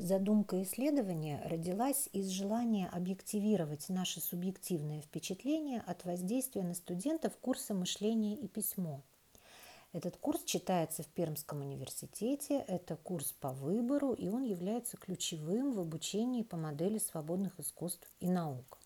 Задумка исследования родилась из желания объективировать наши субъективные впечатления от воздействия на студентов курса «Мышление и письмо». Этот курс читается в Пермском университете, это курс по выбору, и он является ключевым в обучении по модели свободных искусств и наук.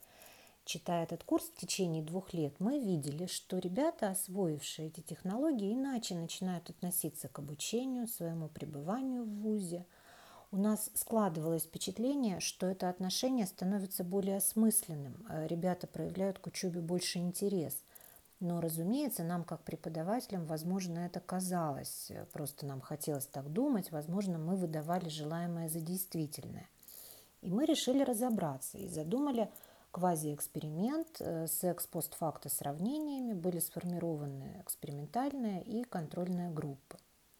Читая этот курс в течение 2 лет, мы видели, что ребята, освоившие эти технологии, иначе начинают относиться к обучению, своему пребыванию в вузе. У нас складывалось впечатление, что это отношение становится более осмысленным, ребята проявляют к учебе больше интерес. Но, разумеется, нам, как преподавателям, возможно, это казалось, просто нам хотелось так думать, возможно, мы выдавали желаемое за действительное. И мы решили разобраться и задумали квазиэксперимент с экс-постфакто сравнениями. Были сформированы экспериментальная и контрольная группы.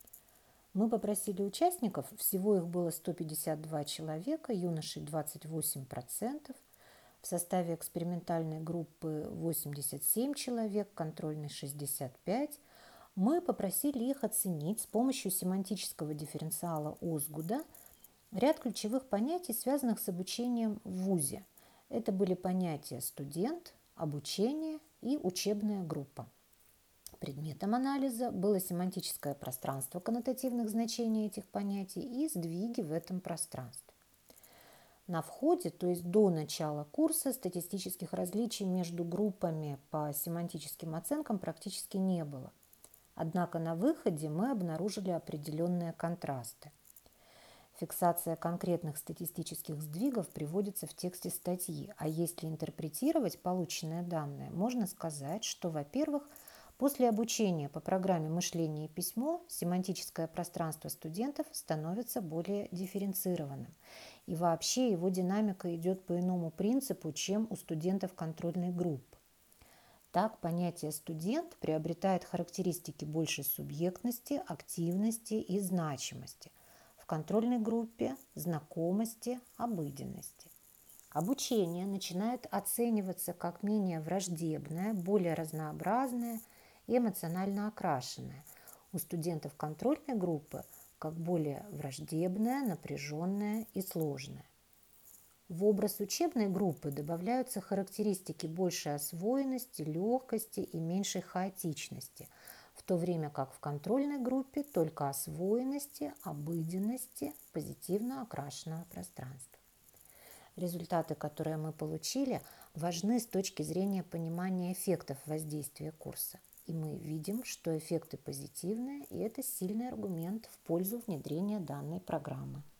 Мы попросили участников, всего их было 152 человека, юношей 28%, в составе экспериментальной группы 87 человек, контрольной 65. Мы попросили их оценить с помощью семантического дифференциала Озгуда ряд ключевых понятий, связанных с обучением в вузе. Это были понятия «студент», «обучение» и «учебная группа». Предметом анализа было семантическое пространство коннотативных значений этих понятий и сдвиги в этом пространстве. На входе, то есть до начала курса, статистических различий между группами по семантическим оценкам практически не было. Однако на выходе мы обнаружили определенные контрасты. Фиксация конкретных статистических сдвигов приводится в тексте статьи, а если интерпретировать полученные данные, можно сказать, что, во-первых, после обучения по программе «Мышление и письмо» семантическое пространство студентов становится более дифференцированным. И вообще его динамика идет по иному принципу, чем у студентов контрольной группы. Так, понятие «студент» приобретает характеристики большей субъектности, активности и значимости. В контрольной группе – знакомости, обыденности. Обучение начинает оцениваться как менее враждебное, более разнообразное и эмоционально окрашенное. У студентов контрольной группы как более враждебное, напряженное и сложное. В образ учебной группы добавляются характеристики большей освоенности, легкости и меньшей хаотичности, в то время как в контрольной группе только освоенности, обыденности, позитивно окрашенного пространства. Результаты, которые мы получили, важны с точки зрения понимания эффектов воздействия курса. И мы видим, что эффекты позитивные, и это сильный аргумент в пользу внедрения данной программы.